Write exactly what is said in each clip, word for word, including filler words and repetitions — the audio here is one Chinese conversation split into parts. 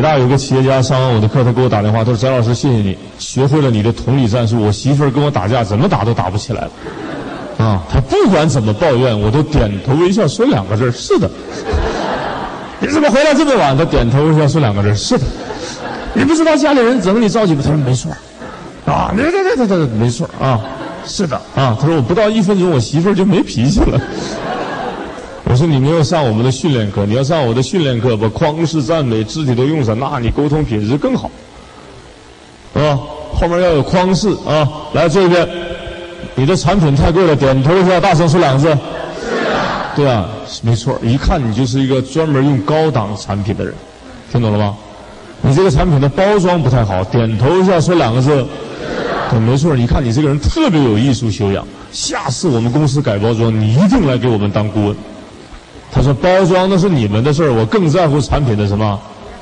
大有个企业家上完我的课，他给我打电话，他说：“翟老师，谢谢你，学会了你的同理战术。我媳妇儿跟我打架，怎么打都打不起来了。啊，他不管怎么抱怨，我都点头微笑说两个字：是的。你怎么回来这么晚？他点头微笑说两个字：是的。你不知道家里人整你着急吗？他说没错。啊，对对对对对，没错啊，是的啊。他说我不到一分钟，我媳妇儿就没脾气了。”我说你没有上我们的训练课，你要上我的训练课，把框式赞美、肢体都用上，那你沟通品质更好，啊，后面要有框式啊。来做一遍，你的产品太贵了，点头一下，大声说两个字。是的。对啊，没错，一看你就是一个专门用高档产品的人，听懂了吗？你这个产品的包装不太好，点头一下说两个字。对，没错，一看你这个人特别有艺术修养，下次我们公司改包装，你一定来给我们当顾问。他说包装那是你们的事儿，我更在乎产品的什么？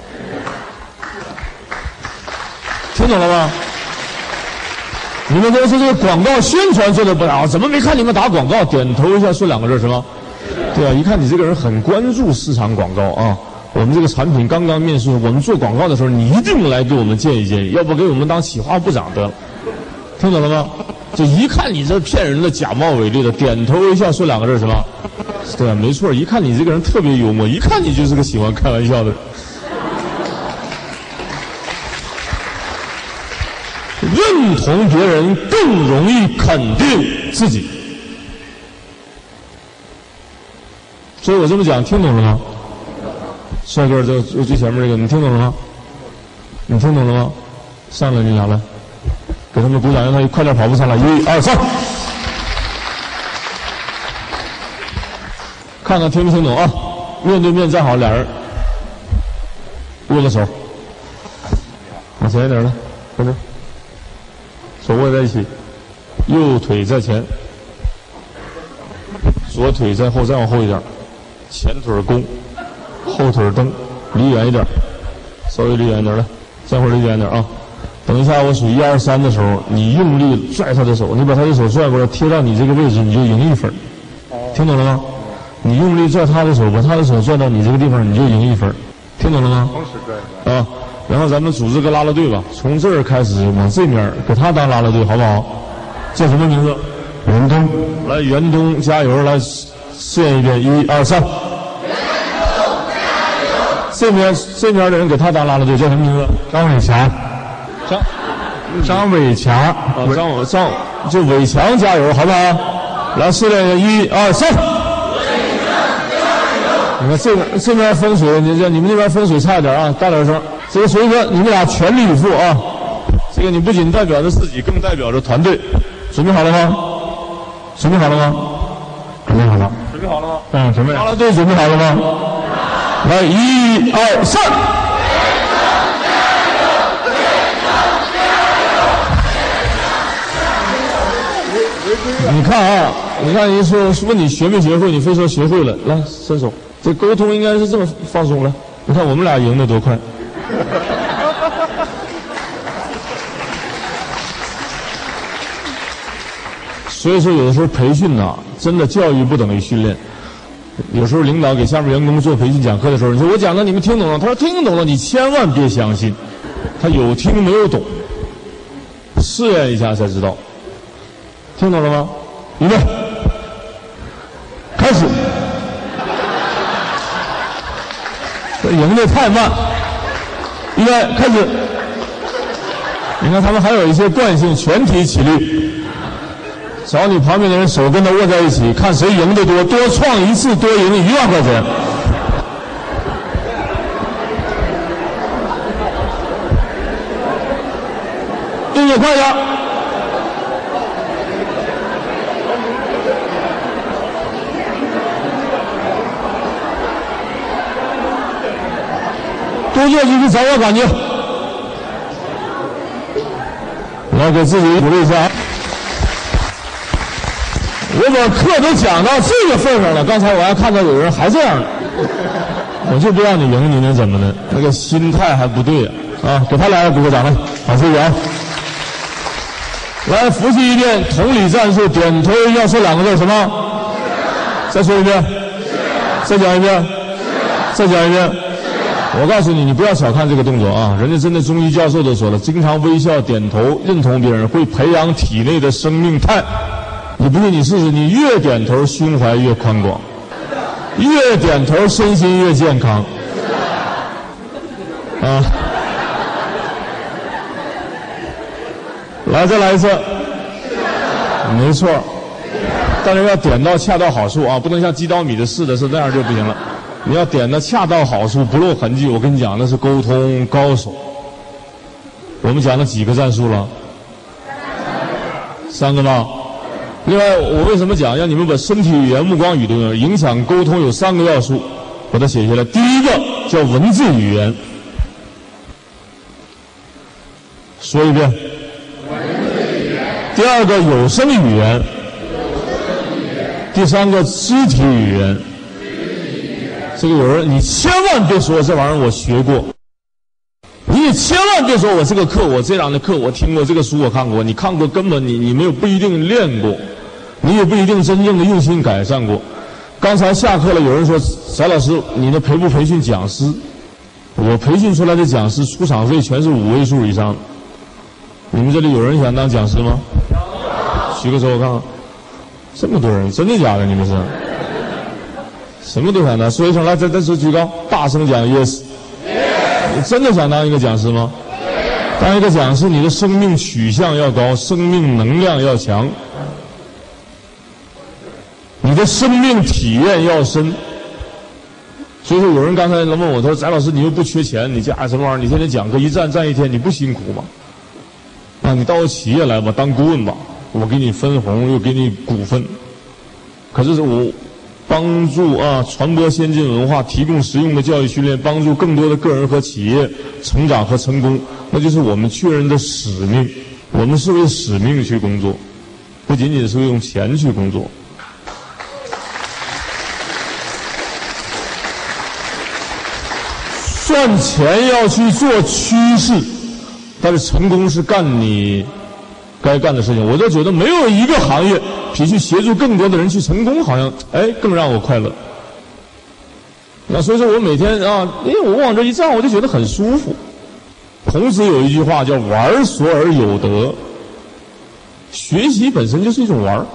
听懂了吗？你们公司这个广告宣传做的不好，怎么没看你们打广告？点头一下说两个字什么？对啊，一看你这个人很关注市场广告啊。我们这个产品刚刚面世，我们做广告的时候，你一定来给我们建议建议，要不给我们当企划部长得了。听懂了吗？就一看你这骗人的、假冒伪劣的，点头微笑说两个字什么？对啊，没错，一看你这个人特别幽默，一看你就是个喜欢开玩笑的人。认同别人更容易肯定自己，所以我这么讲，听懂了吗？帅哥，这最前面这个，你听懂了吗？你听懂了吗？上来，你俩来，给他们鼓掌，让他快点跑步上来，一二三。看看听没听懂啊？面对面站好，俩人握个手，往前一点来，跟着，手握在一起，右腿在前，左腿在后，再往后一点，前腿弓，后腿蹬，离远一点，稍微离远一点来，再会儿离远一点啊。等一下我数一二三的时候，你用力拽他的手，你把他的手拽过来贴到你这个位置，你就赢一分，听懂了吗？你用力拽他的手，把他的手拽到你这个地方，你就赢一分，听懂了吗？同时拽啊！然后咱们组织个啦啦队吧，从这儿开始往这面给他当啦啦队，好不好？叫什么名字？袁东。来，袁东加油！来，试验一遍，一二三。袁东加油！这边这边的人给他当啦啦队，叫什么名字？张伟强。张张伟强啊，张伟张就伟强加油，好不好？来，试验一二三。你看这个这边风水，你这你们那边风水差一点啊，大点声。这个所以说你们俩全力以赴啊，这个你不仅代表着自己，更代表着团队。准备好了吗？准备好了吗？准备好了。准备好了吗？嗯，准备。啦啦队准备好了吗？来，一二三。你看啊，你看一说问你学没学会，你非说学会了。来，伸手。这沟通应该是这么放松了。你看我们俩赢得多快。所以说有的时候培训呐、啊，真的教育不等于训练。有时候领导给下面员工做培训讲课的时候，你说我讲的你们听懂了？他说听懂了，你千万别相信，他有听没有懂，试验一下才知道。听懂了吗？预备，开始。这赢得太慢。预备，开始。你看他们还有一些惯性，全体起立。找你旁边的人手跟他握在一起，看谁赢得多，多创一次多赢一万块钱。动作快点。多做几次找我感觉。来给自己鼓励一下。我把课都讲到这个份上了，刚才我还看到有人还这样呢，我就不让你赢，你能怎么呢？那个心态还不对呀！啊，给他俩鼓个掌来，好，谢谢啊！来复习一遍同理战术，点头要说两个字什么？再说一遍，再讲一遍，再讲一遍。 我告诉你，你不要小看这个动作啊！人家真的中医教授都说了，经常微笑点头认同别人，会培养体内的生命态。你不信你试试，你越点头，胸怀越宽广；越点头，身心越健康。啊！来，再来一次。没错。但是要点到恰到好处啊，不能像鸡刀米的似的，是那样就不行了。你要点的恰到好处，不露痕迹。我跟你讲，那是沟通高手。我们讲了几个战术了？三个吗？另外，我为什么讲让你们把身体语言、目光语都有影响沟通？有三个要素，把它写下来。第一个叫文字语言，说一遍。第二个有声语言。第三个肢体语言。这个有人，你千万别说这玩意儿我学过，你也千万别说我这个课我这样的课我听过，这个书我看过，你看过根本你你没有不一定练过，你也不一定真正的用心改善过。刚才下课了，有人说翟老师你的培不培训讲师？我培训出来的讲师出场费全是五位数以上。你们这里有人想当讲师吗？举个手我看看。这么多人，真的假的？你们是？什么都想当，说一声来，再再手举高，大声讲 yes。你真的想当一个讲师吗？当一个讲师，你的生命取向要高，生命能量要强，你的生命体验要深。所以说，有人刚才来问我，他说：“翟老师，你又不缺钱，你家什么玩意儿？你天天讲课一站站一天，你不辛苦吗？啊，你到我企业来吧，当顾问吧。”我给你分红，又给你股份，可是我帮助啊传播先进文化，提供实用的教育训练，帮助更多的个人和企业成长和成功，那就是我们确认的使命。我们是为使命去工作，不仅仅是用钱去工作。赚钱要去做趋势，但是成功是干你该干的事情。我就觉得没有一个行业比去协助更多的人去成功，好像哎更让我快乐。那所以说我每天啊，因为我往这一站，我就觉得很舒服。孔子有一句话叫“玩所而有得”，学习本身就是一种玩，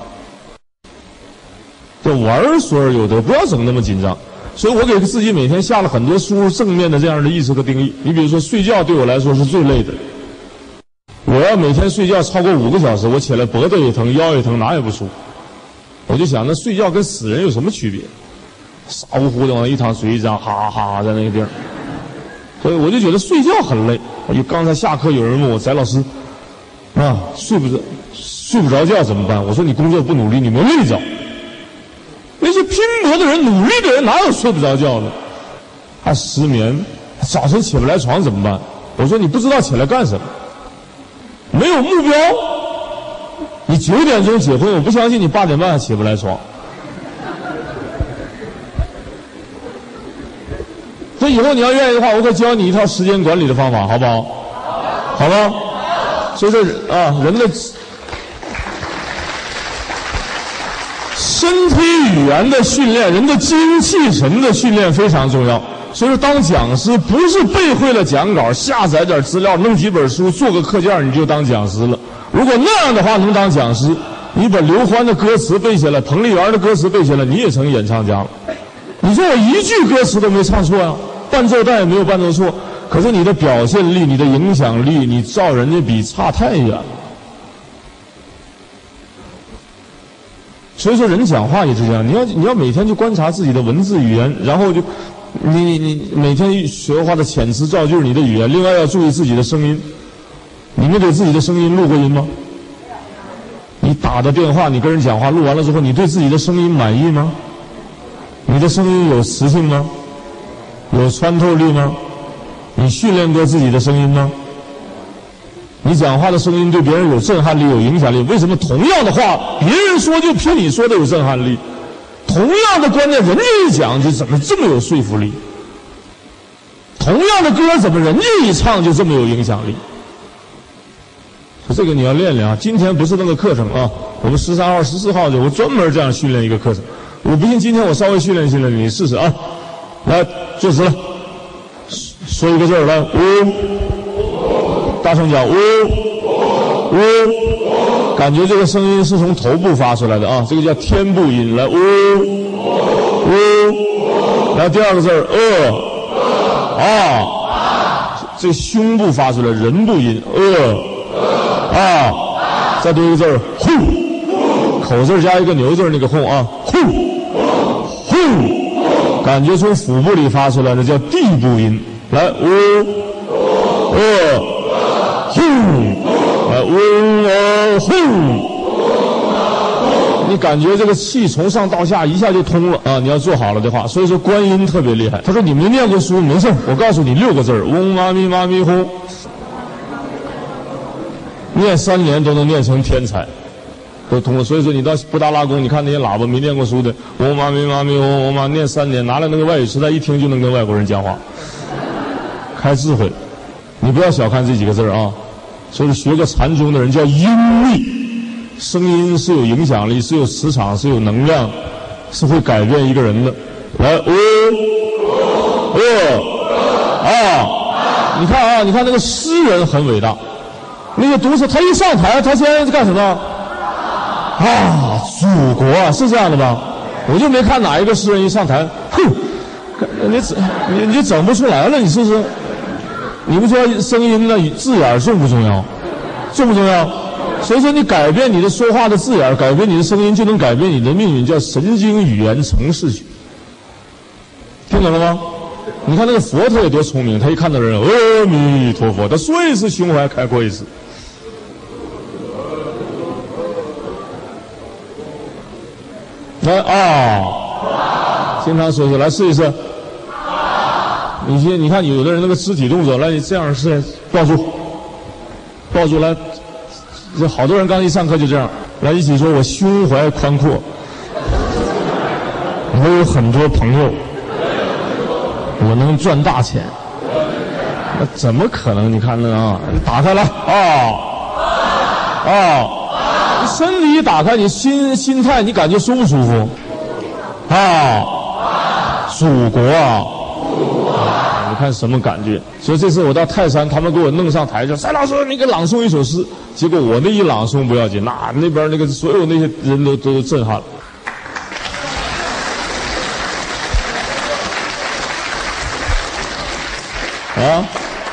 叫“玩所而有得”，不要整那么紧张。所以我给自己每天下了很多输入正面的这样的意识和定义。你比如说，睡觉对我来说是最累的。我要每天睡觉超过五个小时，我起来脖子也疼，腰也疼，哪也不舒服。我就想，那睡觉跟死人有什么区别？傻乎乎的往那一躺，睡一张，哈哈哈在那个地儿。所以我就觉得睡觉很累。我就刚才下课有人问我，翟老师，啊，睡不着，睡不着觉怎么办？我说你工作不努力，你没累着。那些拼搏的人、努力的人，哪有睡不着觉的？还失眠，早晨起不来床怎么办？我说你不知道起来干什么，没有目标。你九点钟结婚，我不相信你八点半还起不来床。所以以后你要愿意的话，我会教你一套时间管理的方法，好不好？好吗？所以说啊，人的身体语言的训练，人的精气神的训练非常重要。所以说，当讲师不是背会了讲稿，下载点资料，弄几本书，做个课件，你就当讲师了。如果那样的话能当讲师，你把刘欢的歌词背下来，彭丽媛的歌词背下来，你也成演唱家了。你说我一句歌词都没唱错呀、啊，伴奏带也没有伴奏错，可是你的表现力、你的影响力，你照人家比差太远了。所以说，人讲话也是这样，你要你要每天去观察自己的文字语言，然后就你你你每天学话的遣词造句你的语言，另外要注意自己的声音。你们给自己的声音录过音吗？你打的电话，你跟人讲话，录完了之后，你对自己的声音满意吗？你的声音有磁性吗？有穿透力吗？你训练过自己的声音吗？你讲话的声音对别人有震撼力、有影响力。为什么同样的话，别人说就比你说的有震撼力？同样的观念，人家一讲就怎么这么有说服力？同样的歌，怎么人家一唱就这么有影响力？这个你要练练啊！今天不是那个课程啊，我们十三号、十四号就我专门这样训练一个课程。我不信今天我稍微训练训练你，试试啊！来，坐直了， 说一个字儿来，呜，大声讲，呜，呜，感觉这个声音是从头部发出来的啊，这个叫天部音，来，呜，呜，然后第二个字儿，呃，啊，这个胸部发出来，人部音，呃，啊，再读一个字儿，呼，口字加一个牛字那个呼啊，呼，呼。感觉从腹部里发出来的叫地部音，来，呜，呃，呼，来，呜，呃，呼，你感觉这个气从上到下一下就通了啊！你要做好了的话，所以说观音特别厉害。他说你没念过书，没事，我告诉你六个字儿，嗡嘛咪嘛咪呼，念三年都能念成天才。都通了，所以说你到布达拉宫，你看那些喇叭没念过书的，嗡嘛咪嘛咪嗡嗡嘛念三年，拿来那个外语词，他一听就能跟外国人讲话，开智慧。你不要小看这几个字啊，所以学过禅宗的人叫音力，声音是有影响力，是有磁场，是有能量，是会改变一个人的。来，哦，哦，啊，你看啊，你看那个诗人很伟大，那个读书他一上台，他先干什么？啊，祖国啊，是这样的吧？我就没看哪一个诗人一上台，哼，你整你你整不出来了，你试试。你不说声音的字眼重不重要？重不重要？所以说你改变你的说话的字眼，改变你的声音，就能改变你的命运，叫神经语言程式学。听懂了吗？你看那个佛他有多聪明，他一看到人，阿弥陀佛，他说一次胸怀开阔一次。来啊！经常说说，来试一试。你先，你看有的人那个肢体动作，来你这样试，抱住，抱住来。这好多人刚一上课就这样，来一起说，我胸怀宽阔，我有很多朋友，我能赚大钱。那怎么可能？你看那啊，你打开来啊啊！身体一打开，你心心态，你感觉舒不舒服？啊，祖国啊！你看什么感觉？所以这次我到泰山，他们给我弄上台，说：“赛老师，你给朗诵一首诗。”结果我那一朗诵不要紧，那那边那个所有那些人都都震撼了。啊！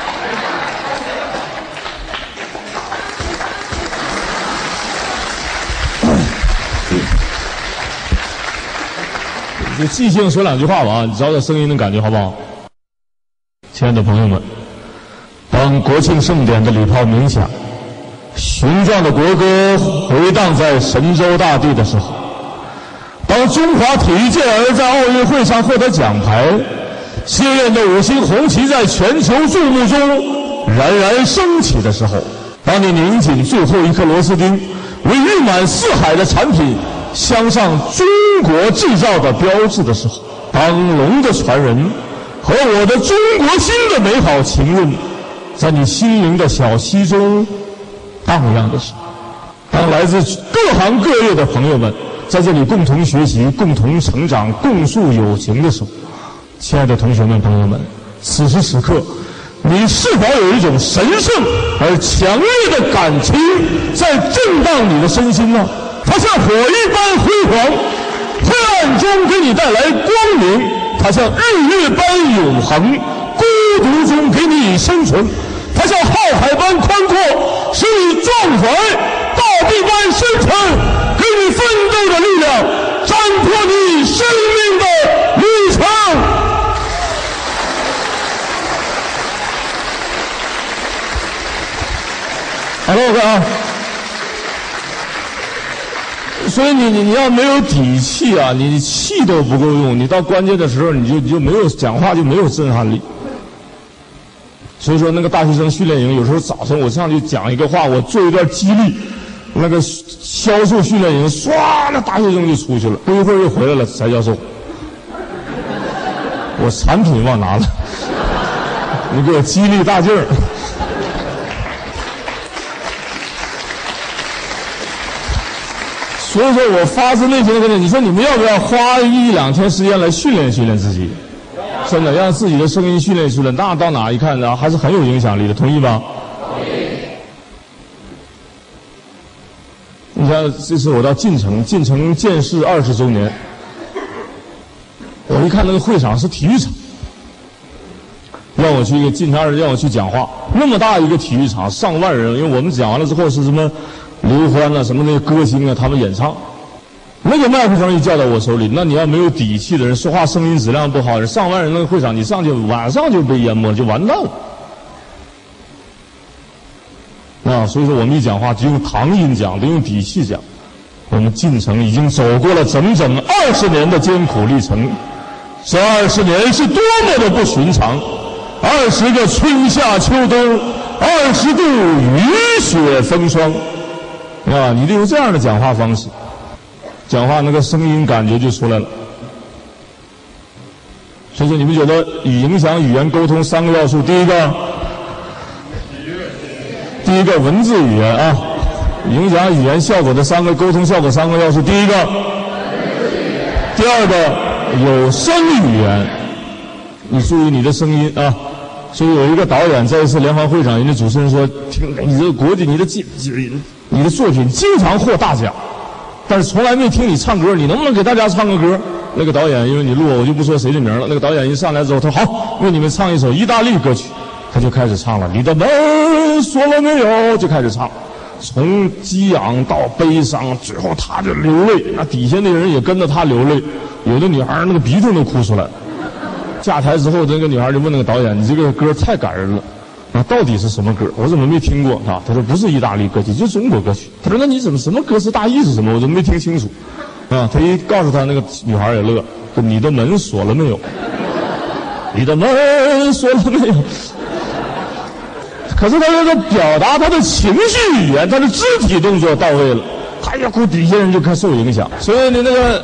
就即兴说两句话吧啊，你找找声音的感觉好不好？亲爱的朋友们，当国庆盛典的礼炮鸣响，雄壮的国歌回荡在神州大地的时候，当中华体育健儿在奥运会上获得奖牌，鲜艳的五星红旗在全球注目中冉冉升起的时候，当你拧紧最后一颗螺丝钉，为誉满四海的产品镶上中国制造的标志的时候，当龙的传人和我的中国心的美好情韵在你心灵的小溪中荡漾的时候，当来自各行各业的朋友们在这里共同学习、共同成长、共诉友情的时候，亲爱的同学们、朋友们，此时此刻，你是否有一种神圣而强烈的感情在震荡你的身心呢？它像火一般辉煌，黑暗中给你带来光明；它像日月般永恒，孤独中给你以生存；它像浩海般宽阔，使你壮怀；大地般深沉，给你奋斗的力量，斩破你生命的旅程。好了，我看啊。所以你你你要没有底气啊，你气都不够用，你到关键的时候你就你就没有讲话就没有震撼力。所以说那个大学生训练营有时候早晨我上去讲一个话，我做一段激励，那个销售训练营唰，那大学生就出去了，不一会儿又回来了。翟教授，我产品忘拿了，你给我激励大劲儿。所以说我发自内心的跟你，你说你们要不要花一两天时间来训练训练自己？ 真的让自己的声音训练出来，那到哪一看啊，还是很有影响力的，同意吧？同意。你看，这次我到晋城，晋城建市二十周年，我一看那个会场是体育场，让我去晋城二，让我去讲话，那么大一个体育场，上万人，因为我们讲完了之后是什么刘欢啊，什么那些歌星啊，他们演唱。那个麦克风一交到我手里，那你要没有底气的人，说话声音质量不好的人，上万人那个会场，你上去晚上就被淹没了，就完蛋了。啊，所以说我们一讲话就用唐音讲，得用底气讲。我们晋城已经走过了整整二十年的艰苦历程，这二十年是多么的不寻常，二十个春夏秋冬，二十度雨雪风霜。啊，你得用这样的讲话方式。讲话那个声音感觉就出来了。所以说，你们觉得以影响语言沟通三个要素，第一个，第一个文字语言啊，影响语言效果的三个沟通效果三个要素，第一个，第二个有声语言，你注意你的声音啊。所以有一个导演在一次联欢会上，人家主持人说：“听你这个国际，你的记，你的作品经常获大奖。”但是从来没听你唱歌，你能不能给大家唱个歌？那个导演，因为你录我就不说谁的名了。那个导演一上来之后，他说好，为你们唱一首意大利歌曲，他就开始唱了。你的门锁了没有？就开始唱，从激昂到悲伤，最后他就流泪，那底下那人也跟着他流泪，有的女孩那个鼻涕都哭出来。下台之后，那个女孩就问那个导演：“你这个歌太感人了。”啊，到底是什么歌？我怎么没听过啊？他说不是意大利歌曲，就是中国歌曲。他说那你怎么什么歌词大意是什么？我怎么没听清楚？啊，他一告诉他，那个女孩也乐，说你的门锁了没有？你的门锁了没有？可是他这个表达他的情绪语言，他的肢体动作到位了，他一哭，底下人就开始受影响。所以你那个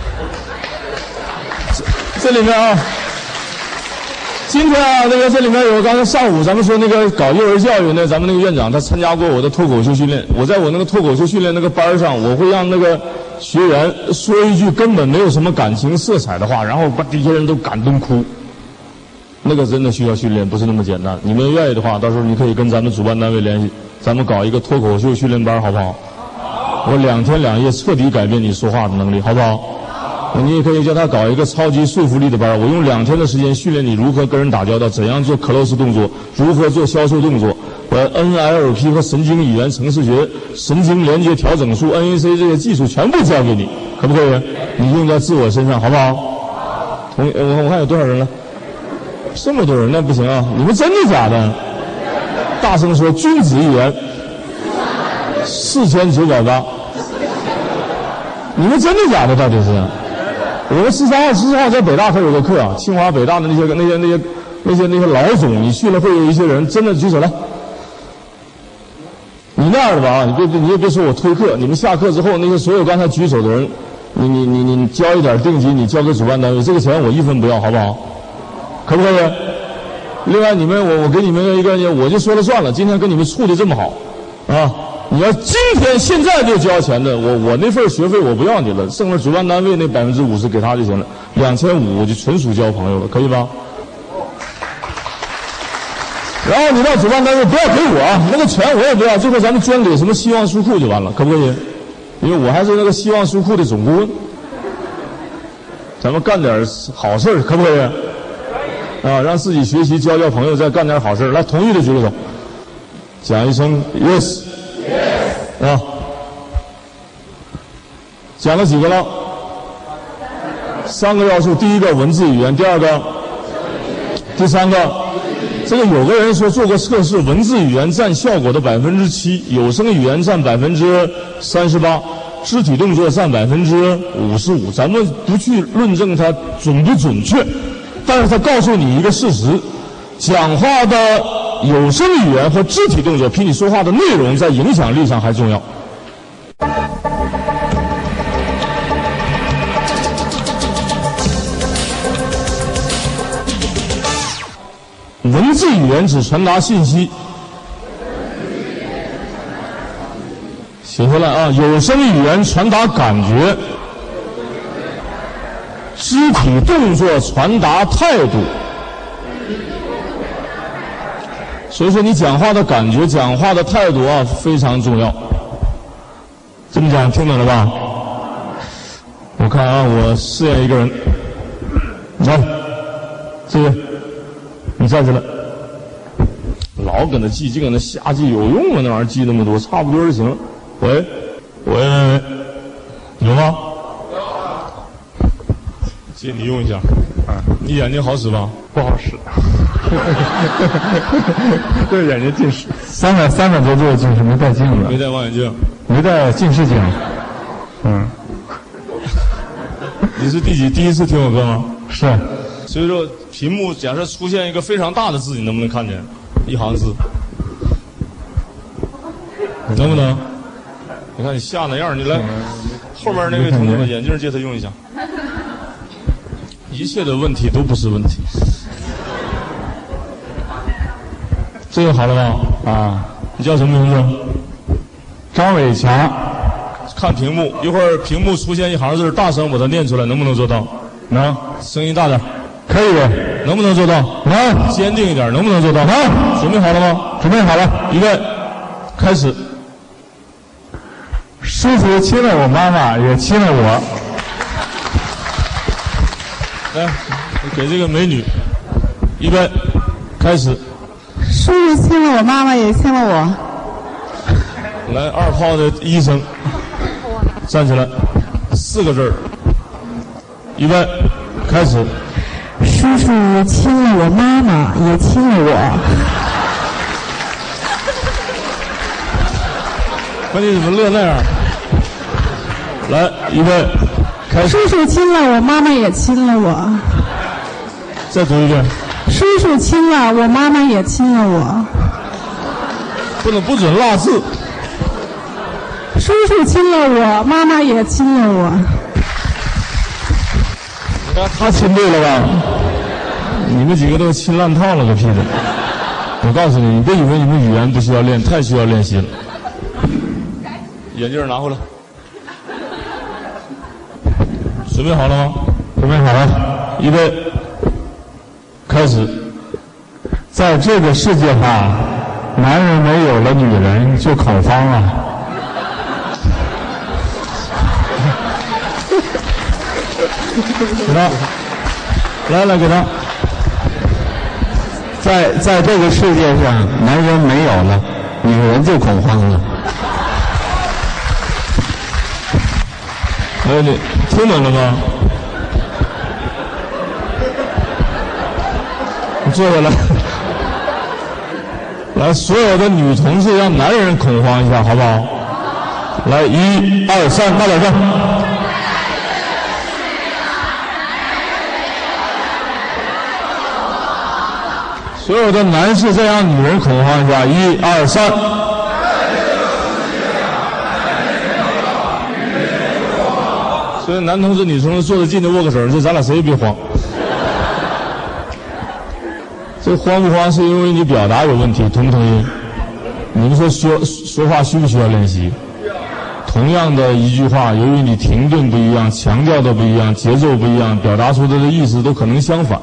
这这里面啊。今天啊，那个这里面有刚才上午咱们说那个搞幼儿教育呢，咱们那个院长他参加过我的脱口秀训练。我在我那个脱口秀训练那个班上，我会让那个学员说一句根本没有什么感情色彩的话，然后把底下人都感动哭。那个真的需要训练，不是那么简单。你们愿意的话，到时候你可以跟咱们主办单位联系，咱们搞一个脱口秀训练班，好不好？我两天两夜彻底改变你说话的能力，好不好？你也可以叫他搞一个超级说服力的班，我用两天的时间训练你如何跟人打交道，怎样做 close 动作，如何做销售动作，我 N L P 和神经语言程式学、神经连接调整术 N A C 这些技术全部教给你，可不可以？你用在自我身上，好不好？同我我看有多少人了？这么多人，那不行啊！你们真的假的？大声说，君子一言，四千九百八。你们真的假的？到底是？我们十三号、十四号在北大可有个课啊，清华、北大的那些、那些、那些、那些、那些老总，你去了会有一些人真的举手来。你那样的吧啊，你别你也别说我推课，你们下课之后，那些所有刚才举手的人，你你你你交一点定金，你交给主办单位，这个钱我一分不要，好不好？可不可以？另外，你们我我给你们一个，我就说了算了。今天跟你们处的这么好，啊。你要今天现在就交钱的，我我那份学费我不要你了，剩了主办单位那百分之五十给他就行了，两千五我就纯属交朋友了，可以吧？然后你到主办单位不要给我啊，那个钱我也不要，最后咱们捐给什么希望书库就完了，可不可以？因为我还是那个希望书库的总顾问，咱们干点好事可不可以？啊，让自己学习交交朋友，再干点好事。来，同意的举个手，讲一声 yes。啊，讲了几个了？三个要素，第一个文字语言，第二个，第三个，这个有个人说做过测试，文字语言占效果的百分之七，有声语言占百分之三十八，肢体动作占百分之五十五。咱们不去论证它准不准确，但是他告诉你一个事实：讲话的有声语言和肢体动作比你说话的内容在影响力上还重要。文字语言只传达信息，写下来啊！有声语言传达感觉，肢体动作传达态度。 所以说你讲话的感觉、讲话的态度啊非常重要。这么讲听懂了吧？我看啊，我试验一个人，来，这位，你站起来。老跟他记，就跟他瞎记，有用吗？那玩意儿记那么多，差不多就行了。喂，喂喂喂，有吗？借你用一下。啊，你眼睛好使吧？ 不好使。对，眼睛近视，三百三百多度近视，没戴镜子， 没戴望远镜， 没戴近视镜。嗯。 你是第几？第一次听我歌吗？ 是。 所以说，屏幕假设出现一个非常大的字，你能不能看见？一行字，能不能？你看你吓那样，你来，后面那位同志们眼镜借他用一下。一切的问题都不是问题。这个好了吧？啊，你叫什么名字？ 张伟强。 看屏幕，一会儿屏幕出现一行字，大声把它念出来，能不能做到？能，声音大点。 可以的。 能不能做到？ 能。 坚定一点，能不能做到？ 能。 准备好了吗？ 准备好了。 预备，开始。 叔叔亲了我妈妈，也亲了我。 来，给这个美女。预备，开始。 叔叔亲了我妈妈，也亲了我。 来，二炮的医生，站起来，四个字儿。预备，开始。 叔叔亲了我妈妈，也亲了我。 那你怎么乐那样？来，预备，开始。 叔叔亲了我妈妈，也亲了我。 再读一遍。 叔叔亲了我妈妈，也亲了我。 不能不准落字。 叔叔亲了我，妈妈也亲了我。 你看他亲对了吧？你们几个都亲烂套了个屁的！我告诉你，你别以为你们语言不需要练，太需要练习了。眼镜拿回来。准备好了吗？ 准备好了。 预备，开始。 在这个世界上，男人没有了女人就恐慌了。 给他，来来给他。 在在这个世界上，男人没有了，女人就恐慌了。 哎，你听懂了吗？你坐下来。来，所有的女同志让男人恐慌一下，好不好？来，一二三，慢点上。所有的男士再让女人恐慌一下，一二三。所以男同志、女同志坐得近的握个手，这咱俩谁也别慌。这慌不慌是因为你表达有问题，同不同意？你们说说说话需不需要练习？同样的一句话，由于你停顿不一样，强调的不一样，节奏不一样，表达出的意思都可能相反。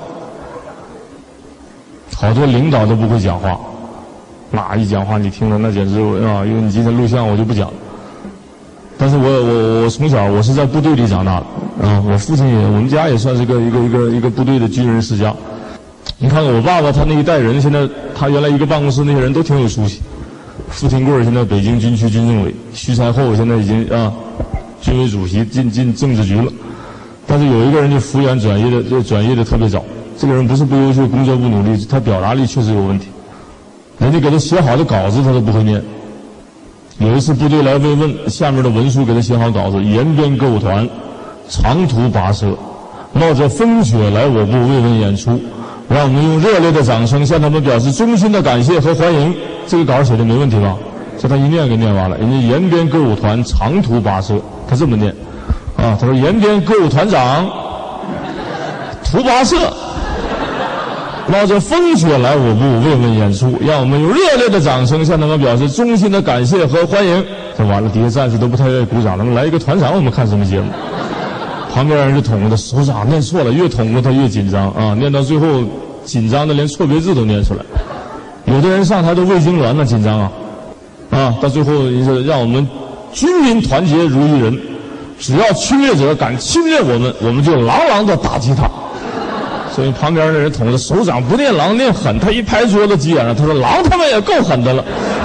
好多领导都不会讲话，那一讲话你听了那简直啊！因为你今天录像我就不讲了。但是我我我从小我是在部队里长大的啊，我父亲也我们家也算是个一个一个一个部队的军人世家。你看看我爸爸他那一代人，现在他原来一个办公室那些人都挺有出息。傅廷贵现在北京军区军政委，徐才厚现在已经啊军委主席进进政治局了。但是有一个人就服员转业的就转业的特别早。这个人不是不优秀，工作不努力，他表达力确实有问题。人家给他写好的稿子他都不会念。有一次部队来慰问，下面的文书给他写好稿子，延边歌舞团长途跋涉，冒着风雪来我部慰问演出，让我们用热烈的掌声向他们表示衷心的感谢和欢迎。这个稿写的没问题吧？这他一念给念完了，人家延边歌舞团长途跋涉，他这么念啊，他说延边歌舞团长途跋涉冒着风雪来我部慰问演出，让我们用热烈的掌声向他们表示衷心的感谢和欢迎。这完了，底下战士都不太愿意鼓掌，他们来一个团长，我们看什么节目？旁边人就捅他，首长念错了，越捅他越紧张啊！念到最后，紧张的连错别字都念出来。 有的人上台都胃痉挛呢，紧张啊，啊，到最后是让我们军民团结如一人，只要侵略者敢侵略我们，我们就朗朗的打击他。所以旁边的人捅着手掌不念狼念狠，他一拍桌子急眼了，他说狼他们也够狠的了。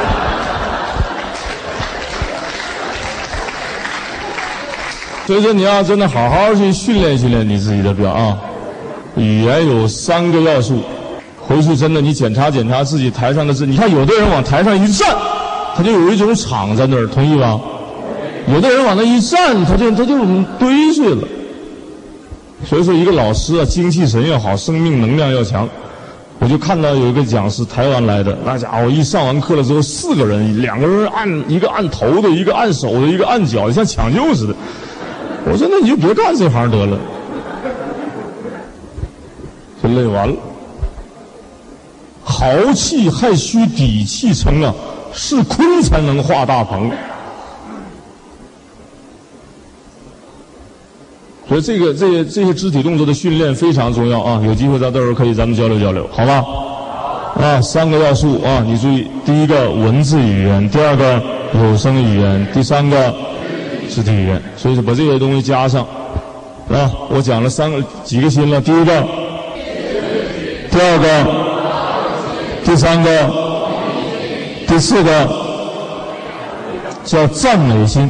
所以说你要真的好好去训练训练你自己的表啊。语言有三个要素，回去真的你检查检查自己台上的字。你看有的人往台上一站，他就有一种场在那儿，同意吧？有的人往那一站，他就他就堆碎了。所以说一个老师啊，精气神要好，生命能量要强。我就看到有一个讲师，台湾来的，那家伙一上完课了之后，四个人，两个人按一个按头的，一个按手的，一个按脚的，像抢救似的。我说那你就别干这行得了，就累完了。豪气还需底气撑啊，是坤才能化大鹏。所以这个这些这些肢体动作的训练非常重要啊！有机会到到时候可以咱们交流交流，好吧？啊，三个要素啊，你注意，第一个文字语言，第二个有声语言，第三个肢体语言。所以说把这些东西加上啊，我讲了三个几个心了，第一个，第二个，第三个，第四个叫赞美心。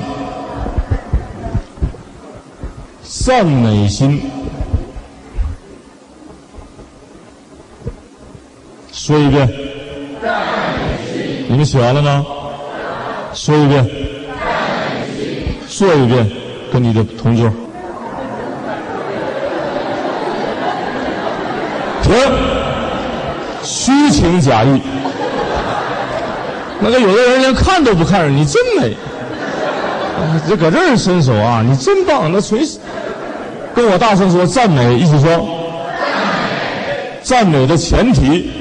赞美心，说一遍。你们写完了吗？说一遍。说一遍，跟你的同桌。停。虚情假意。那个有的人连看都不看着，你真美。这搁这儿伸手啊，你真棒！那垂。跟我大声说赞美，一起说赞美的前提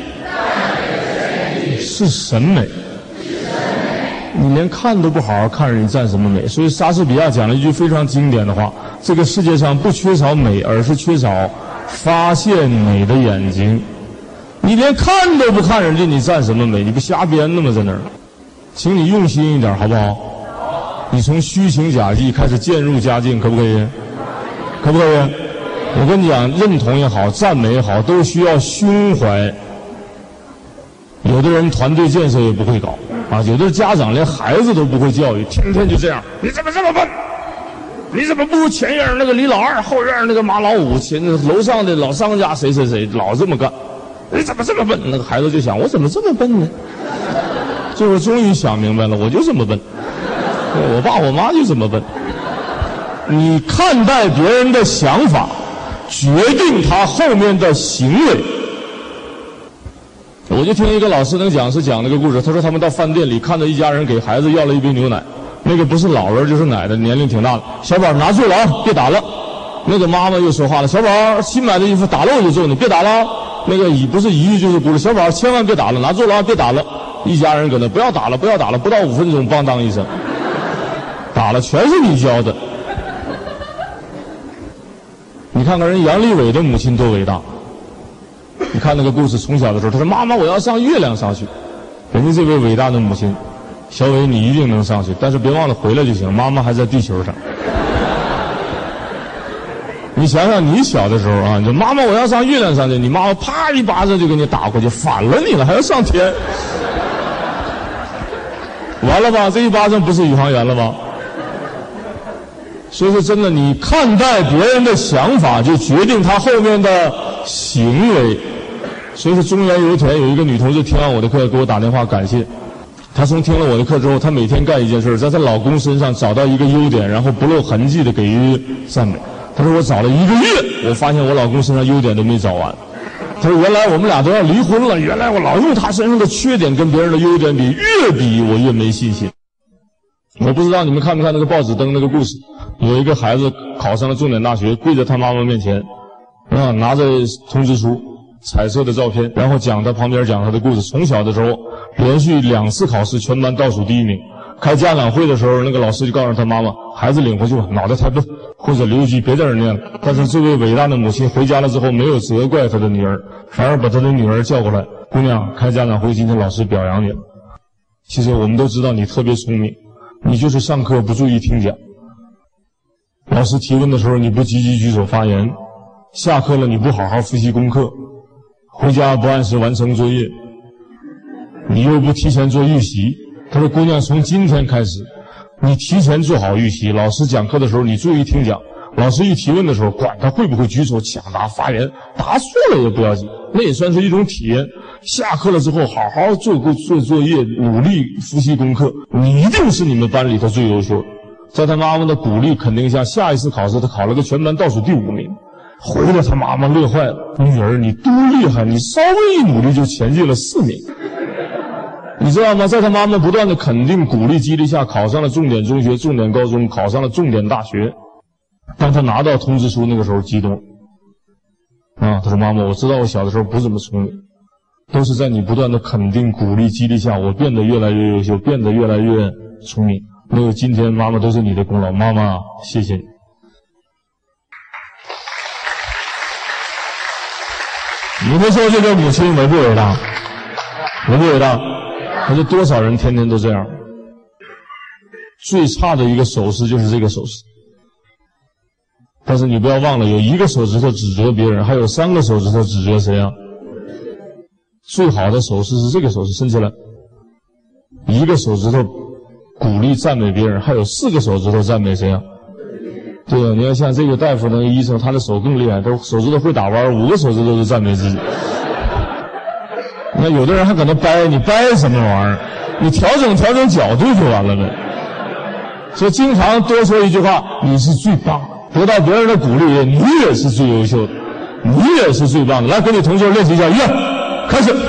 是审美。你连看都不好好看着，你赞什么美？所以莎士比亚讲了一句非常经典的话：这个世界上不缺少美，而是缺少发现美的眼睛。你连看都不看人家，你赞什么美？你不瞎编的吗？在那儿，请你用心一点好不好？你从虚情假意开始渐入佳境，可不可以？可不可以？我跟你讲，认同也好，赞美也好，都需要胸怀。有的人团队建设也不会搞啊，有的家长连孩子都不会教育，天天就这样。你怎么这么笨？你怎么不如前院那个李老二，后院那个马老五，前楼上的老商家谁谁谁老这么干？你怎么这么笨？那个孩子就想，我怎么这么笨呢？最后终于想明白了，我就这么笨，我爸我妈就这么笨。你看待别人的想法，决定他后面的行为。我就听一个老师，那个讲师讲那个故事，他说他们到饭店里看到一家人给孩子要了一杯牛奶，那个不是老人就是奶的，年龄挺大的。小宝拿住了啊，别打了。那个妈妈又说话了，小宝新买的衣服打了我就揍你，别打了。那个姨不是姨就是姑了，小宝千万别打了，拿住了啊，别打了。一家人搁那不要打了，不要打了，不到五分钟，梆当一声，打了全是你教的。你看看人杨利伟的母亲多伟大！你看那个故事，从小的时候，他说：“妈妈，我要上月亮上去。”人家这位伟大的母亲，小伟，你一定能上去，但是别忘了回来就行。妈妈还在地球上。你想想，你小的时候啊，你说妈妈我要上月亮上去，你妈妈啪一巴掌就给你打过去，反了你了，还要上天，完了吧？这一巴掌不是宇航员了吗？所以说真的，你看待别人的想法，就决定他后面的行为。所以说中原油田有一个女同志听完我的课给我打电话感谢，她从听了我的课之后，她每天干一件事，在她老公身上找到一个优点，然后不露痕迹的给予赞美。她说我找了一个月，我发现我老公身上优点都没找完。她说原来我们俩都要离婚了，原来我老用他身上的缺点跟别人的优点比，越比我越没信心。我不知道你们看没看那个报纸登那个故事，有一个孩子考上了重点大学，跪在他妈妈面前啊，拿着通知书彩色的照片，然后讲他旁边讲他的故事。从小的时候连续两次考试全班倒数第一名，开家长会的时候那个老师就告诉他妈妈，孩子领回去吧，脑袋太笨，会或者留级别在这儿念了。但是这位伟大的母亲回家了之后，没有责怪她的女儿，反而把她的女儿叫过来，姑娘，开家长会，今天老师表扬你了。其实我们都知道你特别聪明，你就是上课不注意听讲，老师提问的时候你不积极举手发言，下课了你不好好复习功课，回家不按时完成作业，你又不提前做预习。他说姑娘，从今天开始你提前做好预习，老师讲课的时候你注意听讲，老师一提问的时候管他会不会举手抢答发言，答错了也不要紧，那也算是一种体验。下课了之后好好做做作业，努力复习功课，你一定是你们班里头最优秀的。在他妈妈的鼓励肯定下，下一次考试他考了个全班倒数第五名，回来他妈妈乐坏了，女儿你多厉害，你稍微一努力就前进了四名。你知道吗？在他妈妈不断的肯定鼓励激励下，考上了重点中学、重点高中，考上了重点大学。当他拿到通知书那个时候激动啊，他说妈妈，我知道我小的时候不怎么聪明，都是在你不断的肯定鼓励激励下，我变得越来越优秀，变得越来越聪明，没有今天妈妈都是你的功劳，妈妈谢谢你。你们说这个母亲伟不伟大？伟不伟大？可是多少人天天都这样？最差的一个手势就是这个手势。但是你不要忘了，有一个手指头指责别人，还有三个手指头指责谁啊？最好的手势是这个手势，伸起来。一个手指头鼓励赞美别人，还有四个手指头赞美谁啊？对啊，你要像这个大夫那个医生，他的手更厉害，他手指头会打弯，五个手指头是赞美自己。那有的人还搁那掰，你掰什么玩意儿？你调整调整角度就完了呗。所以经常多说一句话，你是最棒的，得到别人的鼓励，你也是最优秀的，你也是最棒的。来，跟你同学练习一下，一二，开始。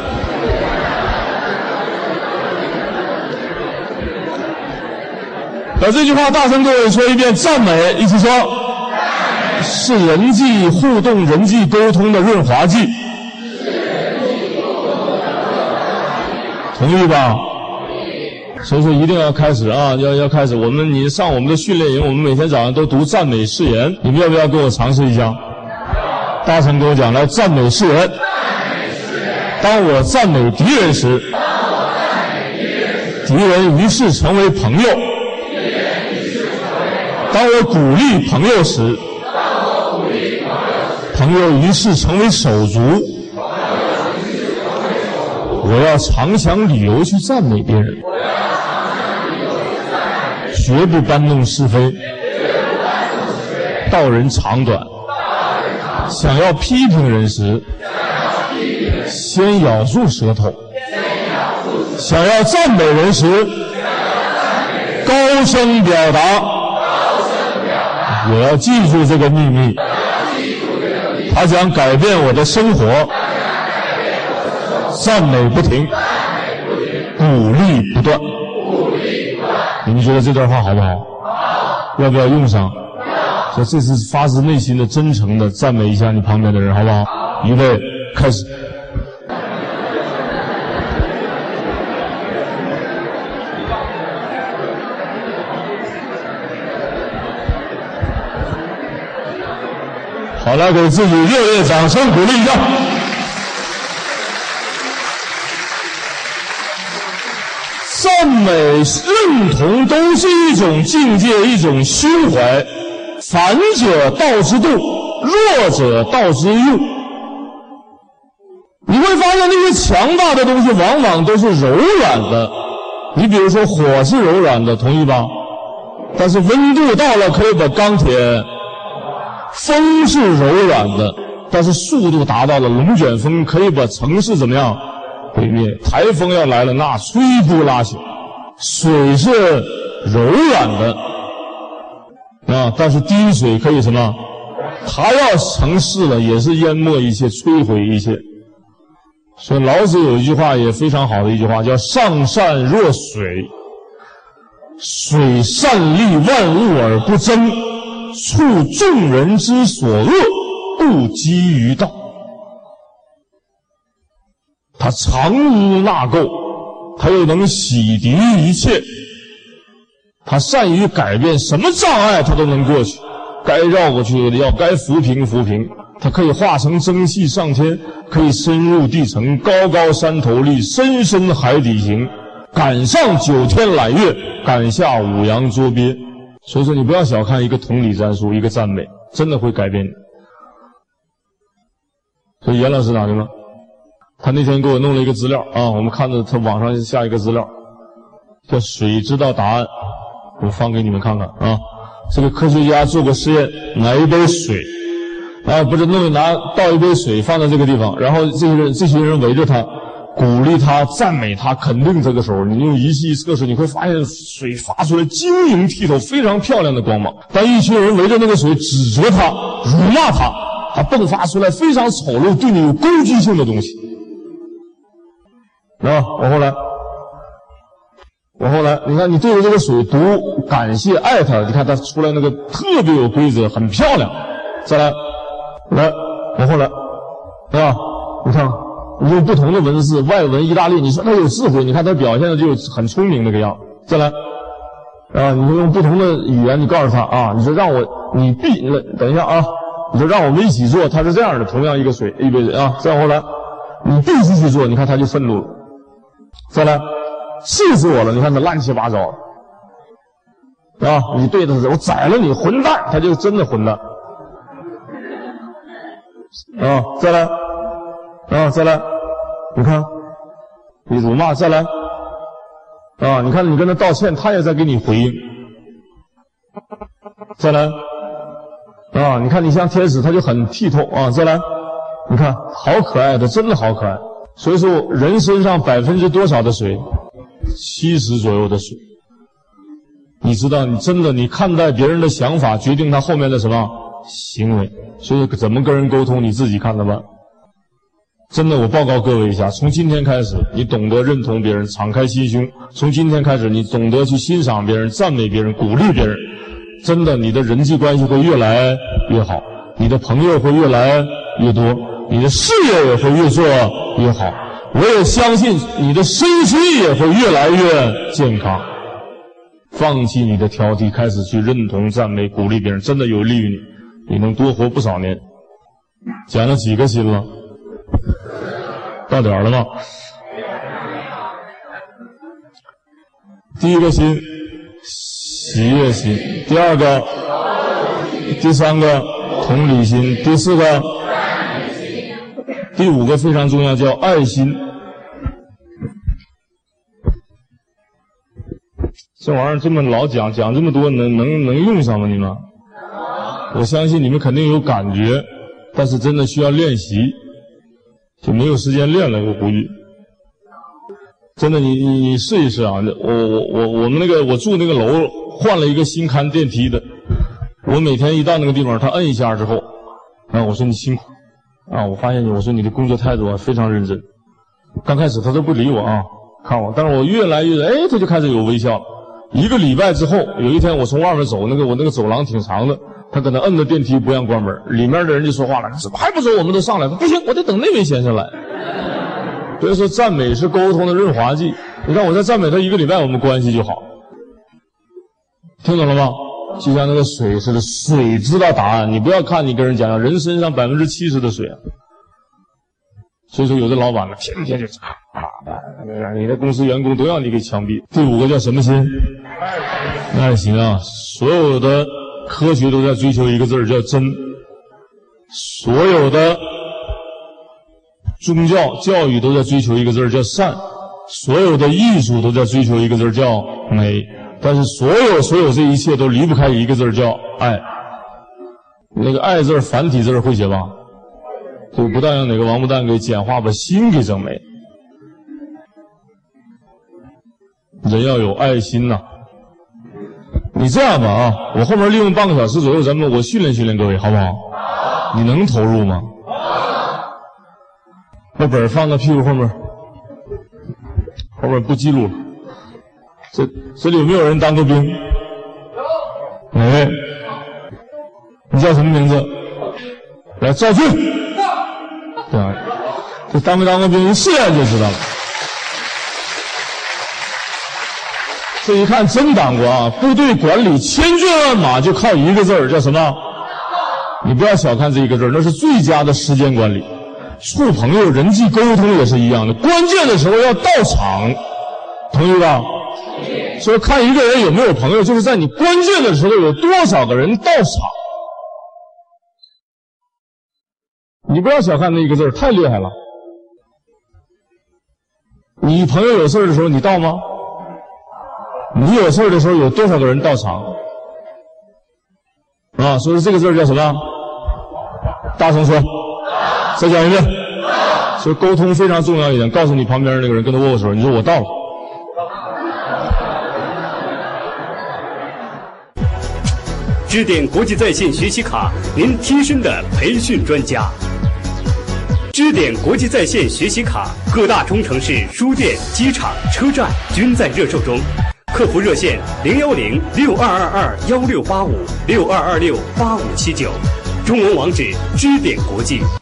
把这句话大声跟我说一遍，赞美，一起说，是人际互动、人际沟通的润滑剂。同意吧？所以说一定要开始啊，要要开始。我们你上我们的训练营，我们每天早上都读赞美誓言，你们要不要跟我尝试一下？大声跟我讲，来，赞美誓言。当我赞美敌人时，敌人于是成为朋友；当我鼓励朋友时，朋友于是成为手足。我要常想理由去赞美别人，绝不搬弄是非，道人长短。想要批评人时，先咬住舌头；想要赞美人时，高声表达。我要记住这个秘密，它将改变我的生活。赞美不停，鼓励不断。你们觉得这段话好不好？要不要用上？所以这是发自内心的、真诚的赞美一下你旁边的人，好不好？预备，开始。好，来给自己热烈掌声鼓励一下。赞美、认同都是一种境界，一种胸怀。反者道之动，弱者道之用。你会发现那些强大的东西往往都是柔软的。你比如说火是柔软的，同意吧？但是温度到了可以把钢铁。风是柔软的，但是速度达到了，龙卷风可以把城市怎么样毁灭？台风要来了，那摧枯拉朽。水是柔软的啊，但是滴水可以什么？它要成势了，也是淹没一切，摧毁一切。所以老子有一句话也非常好的一句话，叫上善若水，水善利万物而不争，处众人之所恶，故几于道。它藏污纳垢，它又能洗涤一切，它善于改变，什么障碍它都能过去。 该绕过去的要该扶平扶平。它可以化成蒸汽上天，可以深入地层，高高山头立，深深海底行，赶上九天揽月，赶下五洋捉鳖。所以说你不要小看一个同理战术，一个赞美，真的会改变你。所以严老师哪去了？他那天给我弄了一个资料啊，我们看着他网上下一个资料，叫水知道答案，我放给你们看看啊。这个科学家做过实验，拿一杯水，啊，不是弄拿倒一杯水放在这个地方，然后这些人这些人围着他，鼓励他、赞美他、肯定。这个时候，你用仪器测试，你会发现水发出来晶莹剔透、非常漂亮的光芒。当一群人围着那个水指责他、辱骂他，他迸发出来非常丑陋、对你有攻击性的东西。啊，往后来，往后来，你看你对着这个水读感谢、爱他，你看它出来那个特别有规则，很漂亮。再来，来，往后来，对吧？你看，你用不同的文字，外文、意大利，你说他有智慧，你看他表现的就很聪明那个样。再来，啊，你就用不同的语言，你告诉他啊，你说让我，你必，等一下啊，你说让我们一起做，他是这样的，同样一个水，一杯水啊，再往后来，你必须去做，你看他就愤怒了。再来，气死我了！你看他乱七八糟啊！你对他说我宰了你，混蛋！他就真的混蛋啊！再来啊！再来，你看你辱骂，再来啊！你看你跟他道歉，他也在给你回应。再来啊！你看你像天使，他就很剔透啊！再来，你看好可爱的，真的好可爱。所以说，人身上百分之多少的水？七十左右的水。你知道，你真的，你看待别人的想法，决定他后面的什么行为。所以怎么跟人沟通，你自己看着办。真的，我报告各位一下，从今天开始，你懂得认同别人，敞开心胸。从今天开始，你懂得去欣赏别人，赞美别人，鼓励别人。真的，你的人际关系会越来越好，你的朋友会越来越多。你的事业也会越做越好，我也相信你的身心也会越来越健康。放弃你的挑剔，开始去认同、赞美、鼓励别人，真的有利于你，你能多活不少年。讲了几个心了？到点了吗？第一个心，喜悦心；第二个，第三个，同理心；第四个。第五个非常重要，叫爱心。这玩意儿这么老讲，讲这么多，能能能用上吗？你们？我相信你们肯定有感觉，但是真的需要练习，就没有时间练了。我估计，真的，你你你试一试啊！我我我我们那个我住那个楼换了一个新看电梯的，我每天一到那个地方，他摁一下之后，啊，我说你辛苦。啊！我发现你，我说你的工作态度啊非常认真。刚开始他都不理我啊，看我，但是我越来越，哎，他就开始有微笑了。一个礼拜之后，有一天我从外面走，那个我那个走廊挺长的，他搁那摁着电梯不让关门，里面的人就说话了：“怎么还不走？我们都上来了。”不行，我得等那位先生来。所以说，赞美是沟通的润滑剂。你看我在赞美他一个礼拜，我们关系就好。听懂了吗？就像那个水似的，水知道答案。你不要看你跟人讲讲，人身上百分之七十的水啊。所以说，有的老板呢，天天就啊，你的公司员工都要你给枪毙。第五个叫什么心？爱心啊！所有的科学都在追求一个字儿，叫真。所有的宗教教育都在追求一个字儿，叫善。所有的艺术都在追求一个字儿，叫美。但是所有所有这一切都离不开一个字儿，叫爱。那个爱字繁体字会写吧？就不但让哪个王八蛋给简化，把心给整没。人要有爱心呐、啊。你这样吧啊，我后面利用半个小时左右，咱们我训练训练各位，好不好？你能投入吗？把本放到屁股后面，后面不记录了。这这里有没有人当过兵？有。哪位？你叫什么名字？来，赵俊。对啊，这当没当过兵，一试验就知道了。这一看真当过啊！部队管理千军万马，就靠一个字儿，叫什么？ 你不要小看这一个字，那是最佳的时间管理。处朋友、人际沟通也是一样的，关键的时候要到场，同意吧？所以看一个人有没有朋友，就是在你关键的时候有多少个人到场。你不要小看那一个字，太厉害了。你朋友有事的时候你到吗？你有事的时候有多少个人到场？啊，所以这个字叫什么？大声说，再讲一遍。所以沟通非常重要一点，告诉你旁边那个人，跟他握握手，你说我到了。 支点国际在线学习卡，您贴身的培训专家。支点国际在线学习卡，各大中城市书店、机场、车站均在热售中。客服热线零幺零六二二二幺六八五六二二六八五七九，中文网址支点国际。